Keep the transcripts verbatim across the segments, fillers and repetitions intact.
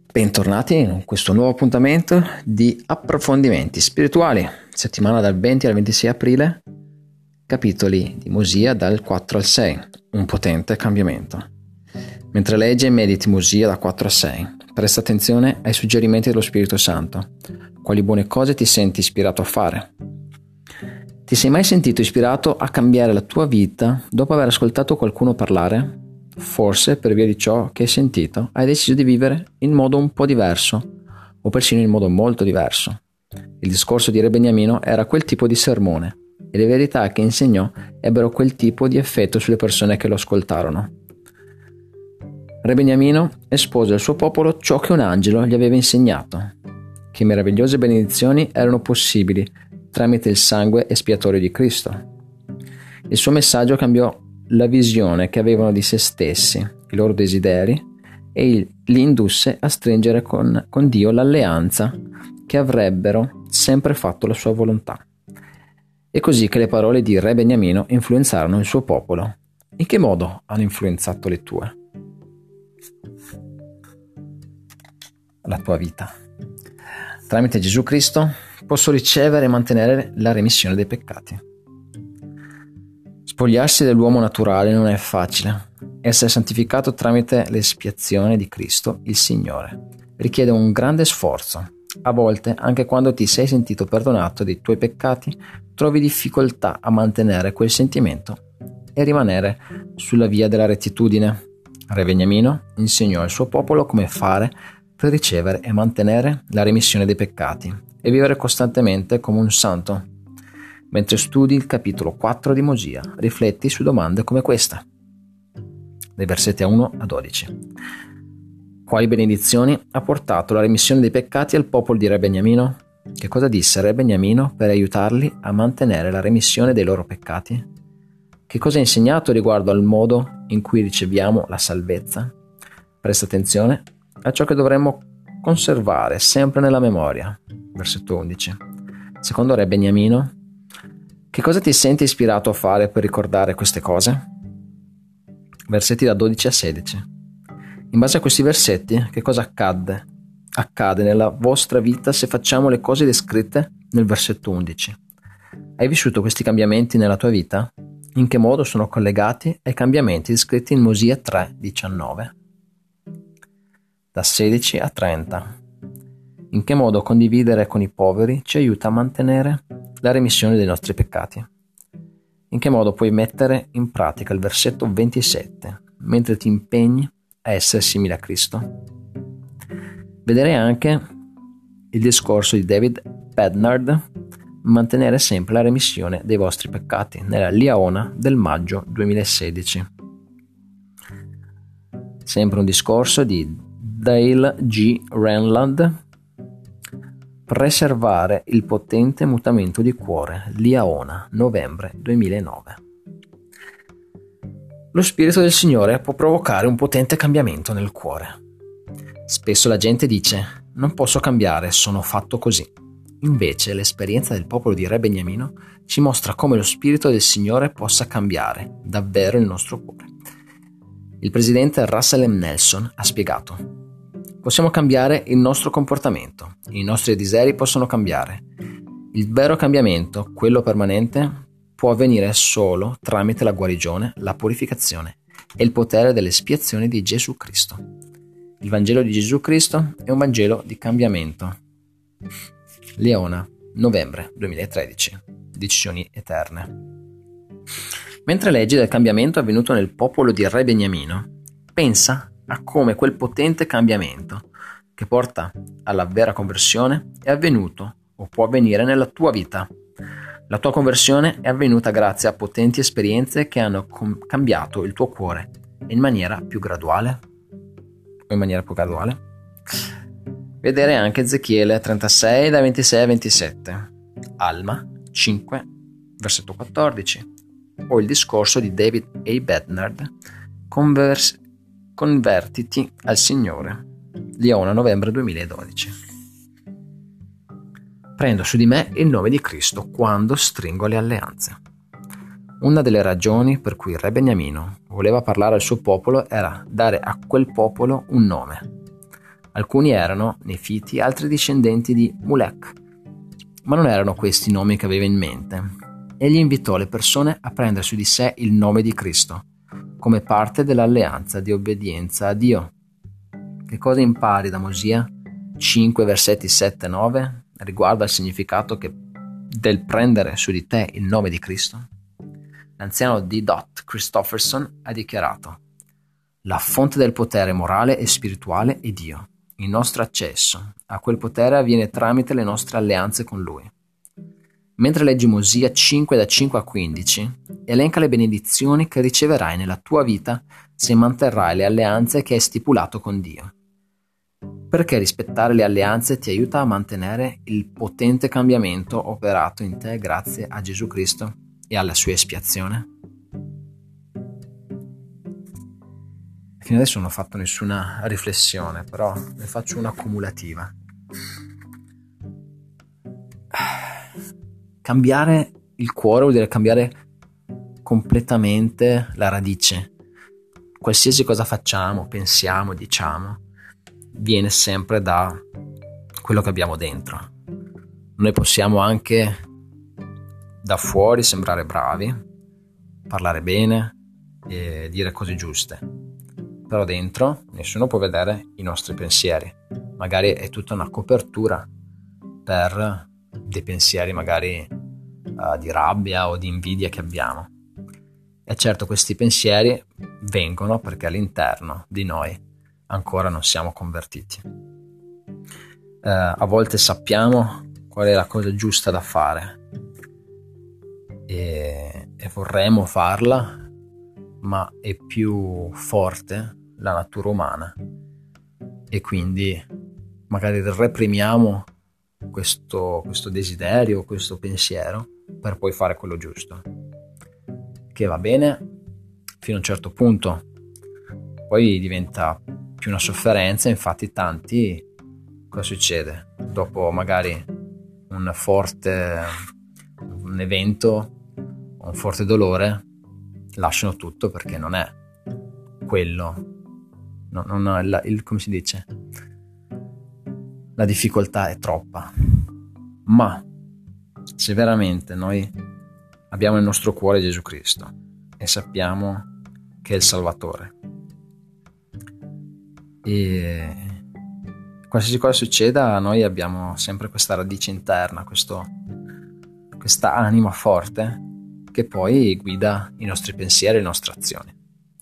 Bentornati in questo nuovo appuntamento di approfondimenti spirituali, settimana dal venti al ventisei aprile, capitoli di Mosia dal quattro al sei, un potente cambiamento. Mentre leggi e mediti Mosia da quattro a sei, presta attenzione ai suggerimenti dello Spirito Santo. Quali buone cose ti senti ispirato a fare? Ti sei mai sentito ispirato a cambiare la tua vita dopo aver ascoltato qualcuno parlare? Forse, per via di ciò che hai sentito, hai deciso di vivere in modo un po' diverso, o persino in modo molto diverso. Il discorso di Re Beniamino era quel tipo di sermone, e le verità che insegnò ebbero quel tipo di effetto sulle persone che lo ascoltarono. Re Beniamino espose al suo popolo ciò che un angelo gli aveva insegnato, che meravigliose benedizioni erano possibili tramite il sangue espiatorio di Cristo. Il suo messaggio cambiò la visione che avevano di se stessi, i loro desideri, e li indusse a stringere con, con Dio l'alleanza che avrebbero sempre fatto la sua volontà. È così che le parole di Re Beniamino influenzarono il suo popolo. In che modo hanno influenzato le tue? La tua vita. Tramite Gesù Cristo posso ricevere e mantenere la remissione dei peccati. Spogliarsi dell'uomo naturale non è facile. Essere santificato tramite l'espiazione di Cristo, il Signore, richiede un grande sforzo. A volte, anche quando ti sei sentito perdonato dei tuoi peccati, trovi difficoltà a mantenere quel sentimento e rimanere sulla via della rettitudine. Re Beniamino insegnò al suo popolo come fare per ricevere e mantenere la remissione dei peccati e vivere costantemente come un santo. Mentre studi il capitolo quattro di Mosia, rifletti su domande come questa, dai versetti uno a dodici. Quali benedizioni ha portato la remissione dei peccati al popolo di Re Beniamino? Che cosa disse Re Beniamino per aiutarli a mantenere la remissione dei loro peccati? Che cosa ha insegnato riguardo al modo in cui riceviamo la salvezza? Presta attenzione a ciò che dovremmo conservare sempre nella memoria. Versetto undici. Secondo Re Beniamino, che cosa ti senti ispirato a fare per ricordare queste cose? Versetti da dodici a sedici. In base a questi versetti, che cosa accadde? Accade nella vostra vita se facciamo le cose descritte nel versetto undici. Hai vissuto questi cambiamenti nella tua vita? In che modo sono collegati ai cambiamenti descritti in Mosia tre diciannove? Da sedici a trenta. In che modo condividere con i poveri ci aiuta a mantenere la remissione dei nostri peccati? In che modo puoi mettere in pratica il versetto ventisette mentre ti impegni a essere simile a Cristo? Vedrei anche il discorso di David Bednard, mantenere sempre la remissione dei vostri peccati, nella Liaona del maggio duemilasedici. Sempre un discorso di Dale G. Renland, preservare il potente mutamento di cuore, Liaona, novembre duemilanove. Lo Spirito del Signore può provocare un potente cambiamento nel cuore. Spesso la gente dice, non posso cambiare, sono fatto così. Invece l'esperienza del popolo di Re Beniamino ci mostra come lo Spirito del Signore possa cambiare davvero il nostro cuore. Il presidente Russell M. Nelson ha spiegato: possiamo cambiare il nostro comportamento, i nostri desideri possono cambiare. Il vero cambiamento, quello permanente, può avvenire solo tramite la guarigione, la purificazione e il potere dell'espiazione di Gesù Cristo. Il Vangelo di Gesù Cristo è un Vangelo di cambiamento. Liaona, novembre duemilatredici. Decisioni eterne. Mentre leggi del cambiamento avvenuto nel popolo di Re Beniamino, pensa a come quel potente cambiamento che porta alla vera conversione è avvenuto o può avvenire nella tua vita. La tua conversione è avvenuta grazie a potenti esperienze che hanno com- cambiato il tuo cuore in maniera più graduale o in maniera più graduale. Vedere anche Ezechiele trentasei da ventisei a ventisette, Alma cinque versetto quattordici o il discorso di David A. Bednard, Convers- Convertiti al Signore, Liaona, novembre duemiladodici. Prendo su di me il nome di Cristo quando stringo le alleanze. Una delle ragioni per cui Re Beniamino voleva parlare al suo popolo era dare a quel popolo un nome. Alcuni erano nefiti, altri discendenti di Mulek, ma non erano questi i nomi che aveva in mente. Egli invitò le persone a prendere su di sé il nome di Cristo, come parte dell'alleanza di obbedienza a Dio. Che cosa impari da Mosia cinque, versetti sette e nove riguardo al significato che, del prendere su di te il nome di Cristo? L'anziano D. Christofferson ha dichiarato: la fonte del potere morale e spirituale è Dio. Il nostro accesso a quel potere avviene tramite le nostre alleanze con Lui. Mentre leggi Mosia cinque da cinque a quindici, elenca le benedizioni che riceverai nella tua vita se manterrai le alleanze che hai stipulato con Dio. Perché rispettare le alleanze ti aiuta a mantenere il potente cambiamento operato in te grazie a Gesù Cristo e alla sua espiazione? Fino adesso non ho fatto nessuna riflessione, però ne faccio una cumulativa. Cambiare il cuore vuol dire cambiare completamente la radice. Qualsiasi cosa facciamo, pensiamo, diciamo, viene sempre da quello che abbiamo dentro. Noi possiamo anche da fuori sembrare bravi, parlare bene e dire cose giuste, però dentro nessuno può vedere i nostri pensieri. Magari è tutta una copertura per dei pensieri magari uh, di rabbia o di invidia che abbiamo. E certo, questi pensieri vengono perché all'interno di noi ancora non siamo convertiti. Uh, a volte sappiamo qual è la cosa giusta da fare e, e vorremmo farla, ma è più forte la natura umana e quindi magari reprimiamo questo, questo desiderio, questo pensiero per poi fare quello giusto, che va bene fino a un certo punto, poi diventa più una sofferenza. Infatti tanti, cosa succede? Dopo magari un forte un evento, un forte dolore, lasciano tutto perché non è quello, no, non è la, il, come si dice, la difficoltà è troppa. Ma se veramente noi abbiamo nel nostro cuore Gesù Cristo e sappiamo che è il Salvatore, e qualsiasi cosa succeda, noi abbiamo sempre questa radice interna, questo, questa anima forte che poi guida i nostri pensieri e le nostre azioni.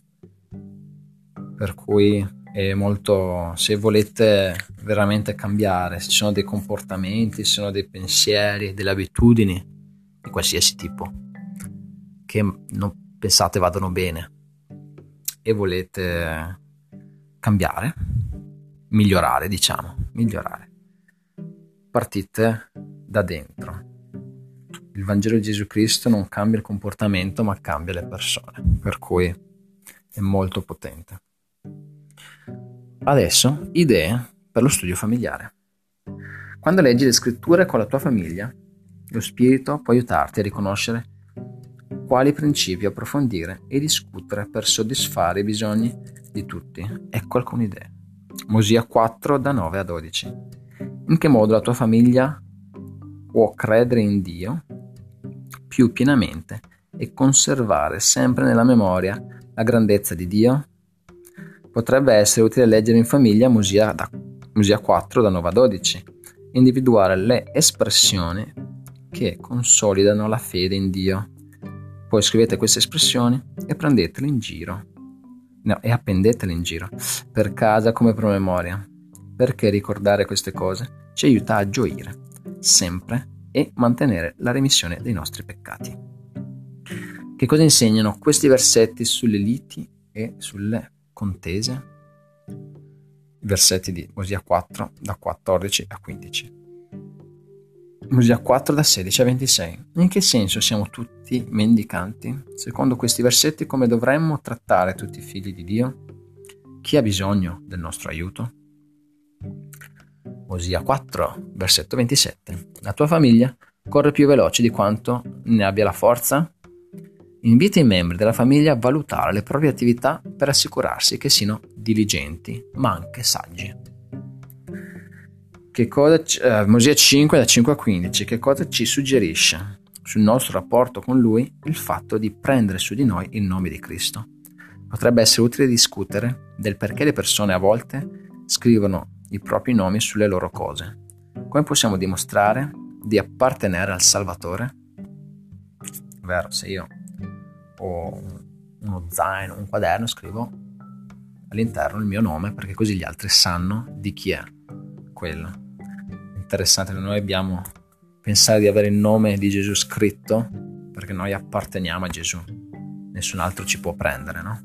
Per cui è molto, se volete veramente cambiare, se ci sono dei comportamenti, se ci sono dei pensieri, delle abitudini di qualsiasi tipo che non pensate vadano bene e volete cambiare, migliorare, diciamo, migliorare, partite da dentro. Il Vangelo di Gesù Cristo non cambia il comportamento, ma cambia le persone, per cui è molto potente. Adesso, idee per lo studio familiare. Quando leggi le scritture con la tua famiglia, lo Spirito può aiutarti a riconoscere quali principi approfondire e discutere per soddisfare i bisogni di tutti. Ecco alcune idee. Mosia quattro da nove a dodici. In che modo la tua famiglia può credere in Dio più pienamente e conservare sempre nella memoria la grandezza di Dio? Potrebbe essere utile leggere in famiglia Mosia, da, Mosia quattro da nove a dodici, individuare le espressioni che consolidano la fede in Dio. Poi scrivete queste espressioni e prendetele in giro, no, e appendetele in giro per casa come promemoria, perché ricordare queste cose ci aiuta a gioire sempre e mantenere la remissione dei nostri peccati. Che cosa insegnano questi versetti sulle liti e sulle contese? Versetti di Mosia quattro da quattordici a quindici. Mosia quattro da sedici a ventisei. In che senso siamo tutti mendicanti? Secondo questi versetti, come dovremmo trattare tutti i figli di Dio? Chi ha bisogno del nostro aiuto? Mosia quattro, versetto ventisette. La tua famiglia corre più veloce di quanto ne abbia la forza? Invita i membri della famiglia a valutare le proprie attività per assicurarsi che siano diligenti, ma anche saggi. Che cosa c- eh, Mosè cinque da cinque a quindici, che cosa ci suggerisce sul nostro rapporto con Lui il fatto di prendere su di noi il nome di Cristo? Potrebbe essere utile discutere del perché le persone a volte scrivono i propri nomi sulle loro cose. Come possiamo dimostrare di appartenere al Salvatore? Ovvero, se io ho uno zaino, un quaderno, scrivo all'interno il mio nome perché così gli altri sanno di chi è quello. Interessante che noi abbiamo pensare di avere il nome di Gesù scritto perché noi apparteniamo a Gesù, nessun altro ci può prendere, no?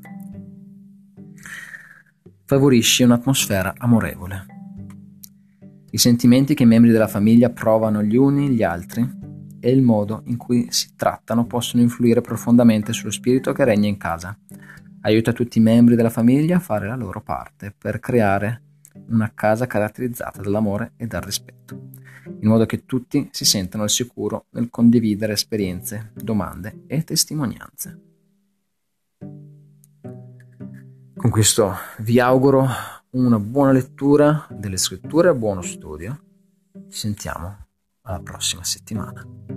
Favorisci un'atmosfera amorevole. I sentimenti che i membri della famiglia provano gli uni gli altri e il modo in cui si trattano possono influire profondamente sullo spirito che regna in casa. Aiuta tutti i membri della famiglia a fare la loro parte per creare una casa caratterizzata dall'amore e dal rispetto, in modo che tutti si sentano al sicuro nel condividere esperienze, domande e testimonianze. Con questo vi auguro una buona lettura delle scritture e buono studio. Ci sentiamo alla prossima settimana.